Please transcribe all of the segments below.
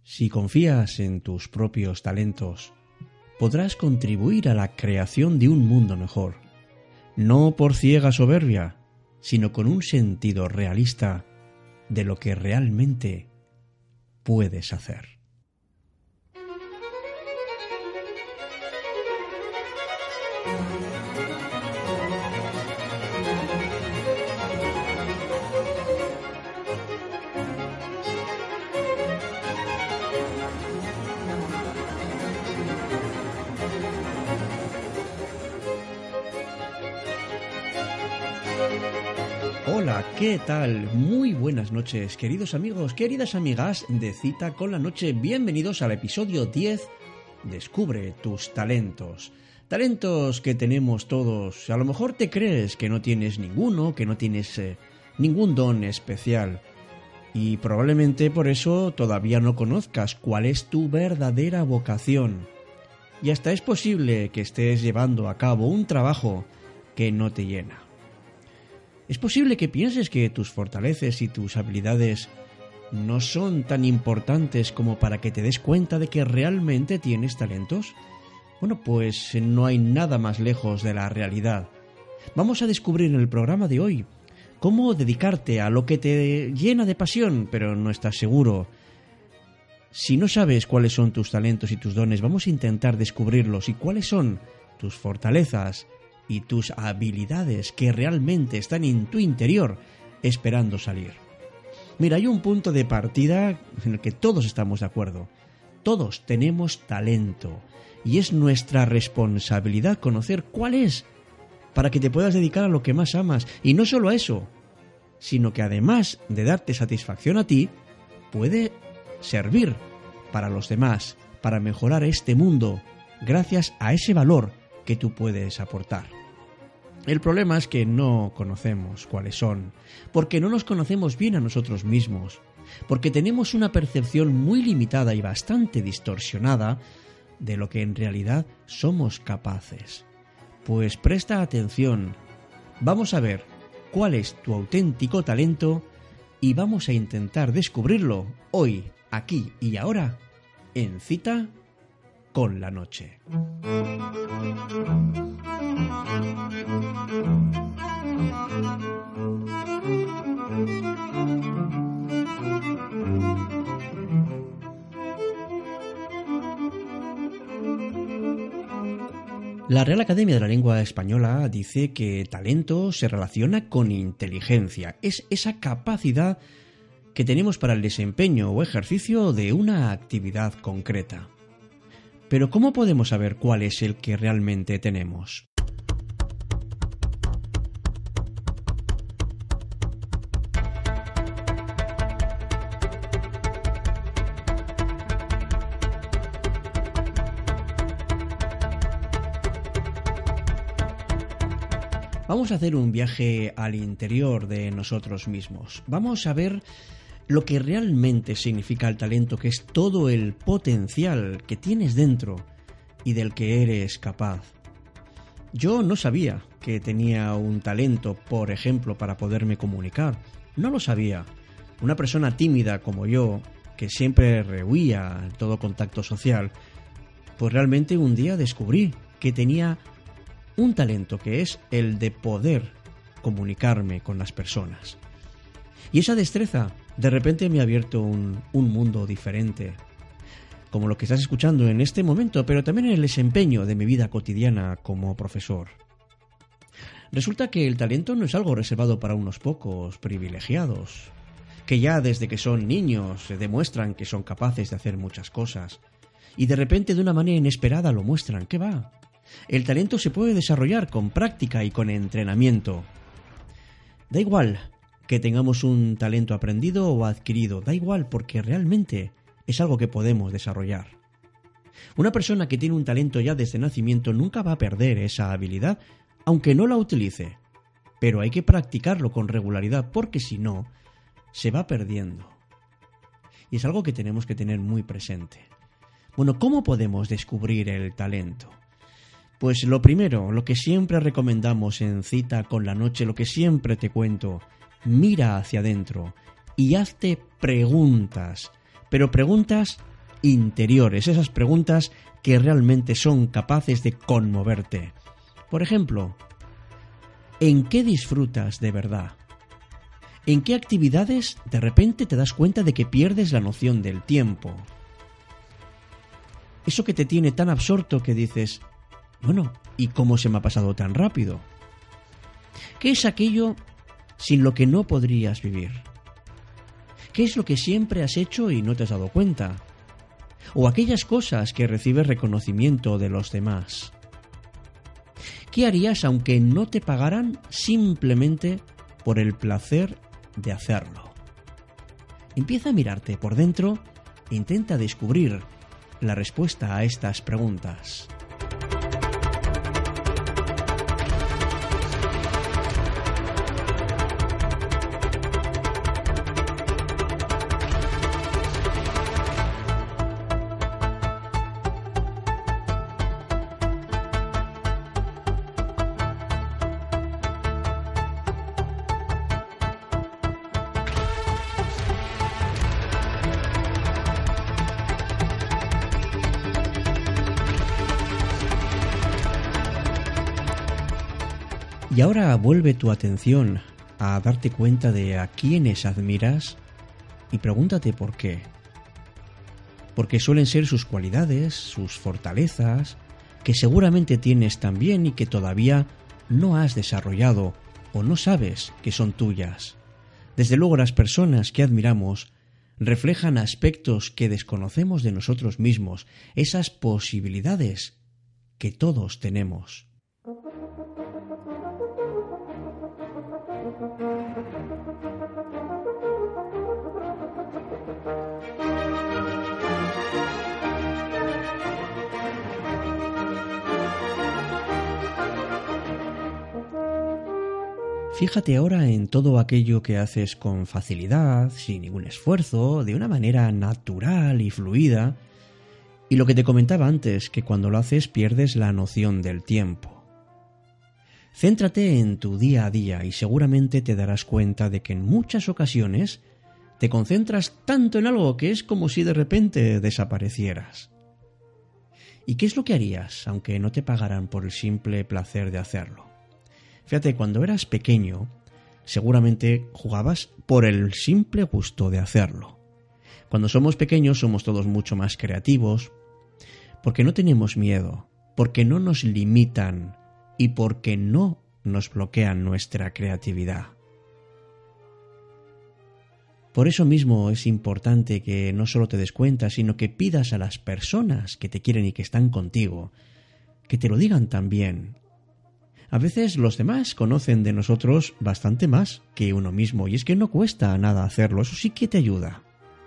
Si confías en tus propios talentos, podrás contribuir a la creación de un mundo mejor, no por ciega soberbia, sino con un sentido realista de lo que realmente puedes hacer. Hola, ¿qué tal? Muy buenas noches, queridos amigos, queridas amigas de Cita con la Noche. Bienvenidos al episodio 10. Descubre tus talentos. Talentos que tenemos todos. A lo mejor te crees que no tienes ninguno, que no tienes ningún don especial. Y probablemente por eso todavía no conozcas cuál es tu verdadera vocación. Y hasta es posible que estés llevando a cabo un trabajo que no te llena. Es posible que pienses que tus fortalezas y tus habilidades no son tan importantes como para que te des cuenta de que realmente tienes talentos. Bueno, pues no hay nada más lejos de la realidad. Vamos a descubrir en el programa de hoy cómo dedicarte a lo que te llena de pasión, pero no estás seguro. Si no sabes cuáles son tus talentos y tus dones, vamos a intentar descubrirlos y cuáles son tus fortalezas y tus habilidades que realmente están en tu interior esperando salir. Mira, hay un punto de partida en el que todos estamos de acuerdo. Todos tenemos talento y es nuestra responsabilidad conocer cuál es para que te puedas dedicar a lo que más amas. Y no solo a eso, sino que además de darte satisfacción a ti, puede servir para los demás, para mejorar este mundo gracias a ese valor que tú puedes aportar. El problema es que no conocemos cuáles son, porque no nos conocemos bien a nosotros mismos, porque tenemos una percepción muy limitada y bastante distorsionada de lo que en realidad somos capaces. Pues presta atención, vamos a ver cuál es tu auténtico talento y vamos a intentar descubrirlo hoy, aquí y ahora, en Cita con la Noche. La Real Academia de la Lengua Española dice que talento se relaciona con inteligencia. Es esa capacidad que tenemos para el desempeño o ejercicio de una actividad concreta. Pero ¿cómo podemos saber cuál es el que realmente tenemos? Vamos a hacer un viaje al interior de nosotros mismos. Vamos a ver lo que realmente significa el talento, que es todo el potencial que tienes dentro y del que eres capaz. Yo no sabía que tenía un talento, por ejemplo, para poderme comunicar. No lo sabía. Una persona tímida como yo, que siempre rehuía todo contacto social, pues realmente un día descubrí que tenía un talento, que es el de poder comunicarme con las personas. Y esa destreza de repente me ha abierto un mundo diferente, como lo que estás escuchando en este momento, pero también en el desempeño de mi vida cotidiana como profesor. Resulta que el talento no es algo reservado para unos pocos privilegiados, que ya desde que son niños demuestran que son capaces de hacer muchas cosas, y de repente de una manera inesperada lo muestran. ¿Qué va? El talento se puede desarrollar con práctica y con entrenamiento. Da igual que tengamos un talento aprendido o adquirido, da igual, porque realmente es algo que podemos desarrollar. Una persona que tiene un talento ya desde nacimiento nunca va a perder esa habilidad, aunque no la utilice, pero hay que practicarlo con regularidad, porque si no, se va perdiendo. Y es algo que tenemos que tener muy presente. Bueno, ¿cómo podemos descubrir el talento? Pues lo primero, lo que siempre recomendamos en Cita con la Noche, lo que siempre te cuento: mira hacia adentro y hazte preguntas, pero preguntas interiores, esas preguntas que realmente son capaces de conmoverte. Por ejemplo, ¿en qué disfrutas de verdad? ¿En qué actividades de repente te das cuenta de que pierdes la noción del tiempo? Eso que te tiene tan absorto que dices, bueno, ¿y cómo se me ha pasado tan rápido? ¿Qué es aquello sin lo que no podrías vivir? ¿Qué es lo que siempre has hecho y no te has dado cuenta? O aquellas cosas que recibes reconocimiento de los demás. ¿Qué harías aunque no te pagaran simplemente por el placer de hacerlo? Empieza a mirarte por dentro e intenta descubrir la respuesta a estas preguntas. Y ahora vuelve tu atención a darte cuenta de a quiénes admiras y pregúntate por qué. Porque suelen ser sus cualidades, sus fortalezas, que seguramente tienes también y que todavía no has desarrollado o no sabes que son tuyas. Desde luego las personas que admiramos reflejan aspectos que desconocemos de nosotros mismos, esas posibilidades que todos tenemos. Fíjate ahora en todo aquello que haces con facilidad, sin ningún esfuerzo, de una manera natural y fluida, y lo que te comentaba antes, que cuando lo haces pierdes la noción del tiempo. Céntrate en tu día a día y seguramente te darás cuenta de que en muchas ocasiones te concentras tanto en algo que es como si de repente desaparecieras. ¿Y qué es lo que harías, aunque no te pagaran por el simple placer de hacerlo? Fíjate, cuando eras pequeño, seguramente jugabas por el simple gusto de hacerlo. Cuando somos pequeños somos todos mucho más creativos, porque no tenemos miedo, porque no nos limitan y porque no nos bloquean nuestra creatividad. Por eso mismo es importante que no solo te des cuenta, sino que pidas a las personas que te quieren y que están contigo, que te lo digan también. A veces los demás conocen de nosotros bastante más que uno mismo, y es que no cuesta nada hacerlo, eso sí que te ayuda.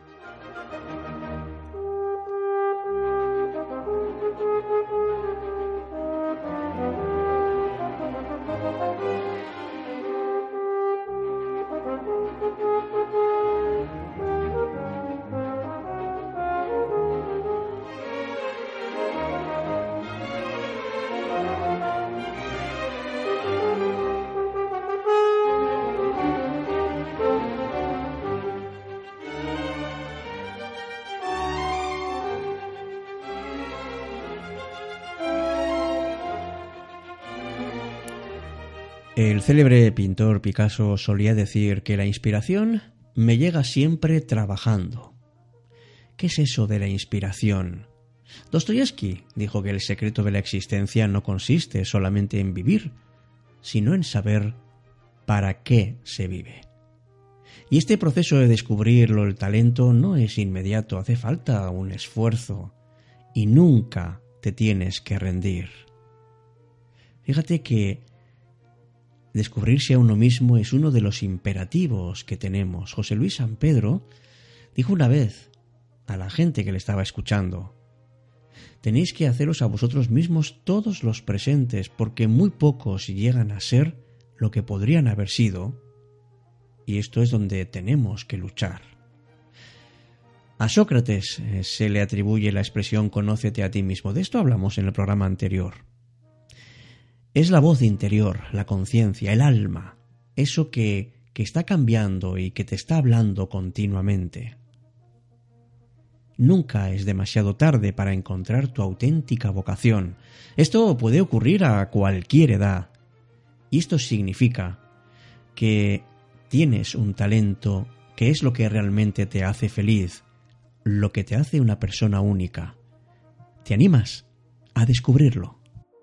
El célebre pintor Picasso solía decir que la inspiración me llega siempre trabajando. ¿Qué es eso de la inspiración? Dostoyevski dijo que el secreto de la existencia no consiste solamente en vivir, sino en saber para qué se vive. Y este proceso de descubrirlo, el talento, no es inmediato, hace falta un esfuerzo y nunca te tienes que rendir. Fíjate que descubrirse a uno mismo es uno de los imperativos que tenemos. José Luis San Pedro dijo una vez a la gente que le estaba escuchando: tenéis que haceros a vosotros mismos todos los presentes, porque muy pocos llegan a ser lo que podrían haber sido, y esto es donde tenemos que luchar. A Sócrates se le atribuye la expresión «conócete a ti mismo». De esto hablamos en el programa anterior. Es la voz interior, la conciencia, el alma, eso que está cambiando y que te está hablando continuamente. Nunca es demasiado tarde para encontrar tu auténtica vocación. Esto puede ocurrir a cualquier edad. Y esto significa que tienes un talento que es lo que realmente te hace feliz, lo que te hace una persona única. ¿Te animas a descubrirlo?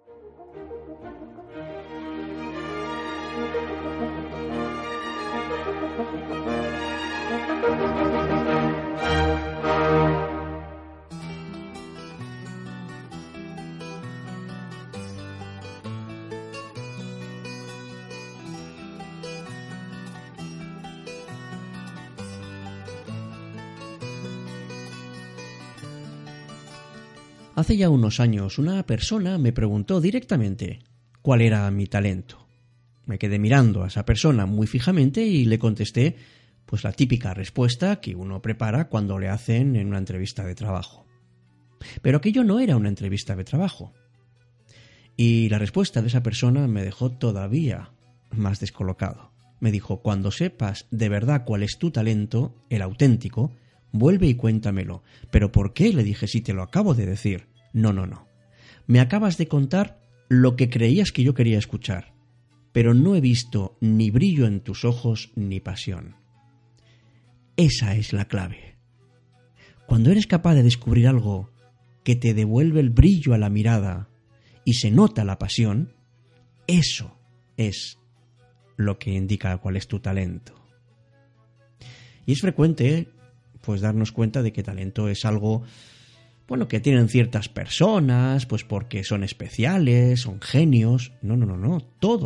Hace ya unos años una persona me preguntó directamente cuál era mi talento. Me quedé mirando a esa persona muy fijamente y le contesté pues la típica respuesta que uno prepara cuando le hacen en una entrevista de trabajo. Pero aquello no era una entrevista de trabajo. Y la respuesta de esa persona me dejó todavía más descolocado. Me dijo: cuando sepas de verdad cuál es tu talento, el auténtico, vuelve y cuéntamelo. ¿Pero por qué? Le dije, si te lo acabo de decir. No. Me acabas de contar lo que creías que yo quería escuchar, pero no he visto ni brillo en tus ojos ni pasión. Esa es la clave. Cuando eres capaz de descubrir algo que te devuelve el brillo a la mirada y se nota la pasión, eso es lo que indica cuál es tu talento. Y es frecuente pues darnos cuenta de que talento es algo que tienen ciertas personas, pues porque son especiales, son genios. No,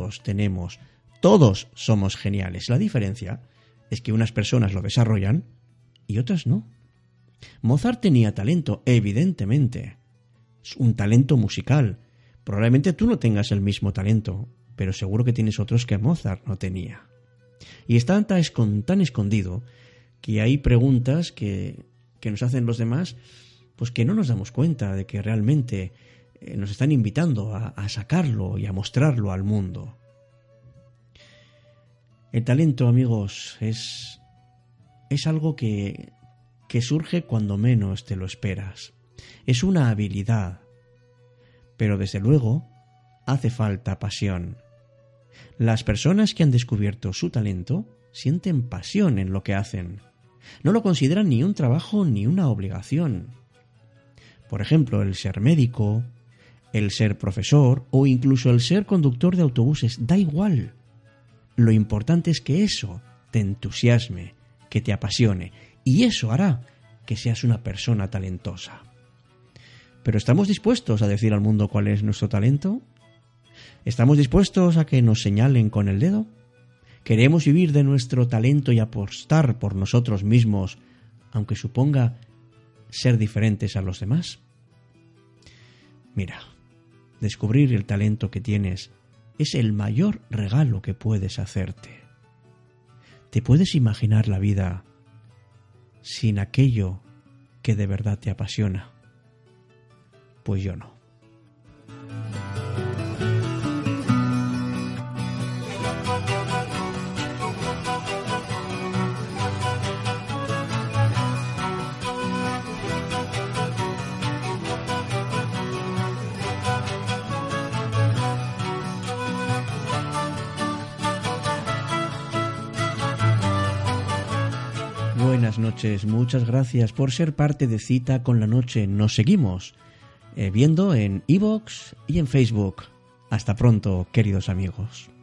todos somos geniales. La diferencia es que unas personas lo desarrollan y otras no. Mozart tenía talento, evidentemente. Es un talento musical. Probablemente tú no tengas el mismo talento, pero seguro que tienes otros que Mozart no tenía. Y está tan escondido que hay preguntas que nos hacen los demás, pues que no nos damos cuenta de que realmente nos están invitando a sacarlo y a mostrarlo al mundo. El talento, amigos, es algo que surge cuando menos te lo esperas. Es una habilidad, pero desde luego hace falta pasión. Las personas que han descubierto su talento sienten pasión en lo que hacen. No lo consideran ni un trabajo ni una obligación. Por ejemplo, el ser médico, el ser profesor o incluso el ser conductor de autobuses, da igual. Lo importante es que eso te entusiasme, que te apasione, y eso hará que seas una persona talentosa. ¿Pero estamos dispuestos a decir al mundo cuál es nuestro talento? ¿Estamos dispuestos a que nos señalen con el dedo? ¿Queremos vivir de nuestro talento y apostar por nosotros mismos, aunque suponga ser diferentes a los demás? Mira, descubrir el talento que tienes es el mayor regalo que puedes hacerte. ¿Te puedes imaginar la vida sin aquello que de verdad te apasiona? Pues yo no. Buenas noches, muchas gracias por ser parte de Cita con la Noche. Nos seguimos viendo en iVoox y en Facebook. Hasta pronto, queridos amigos.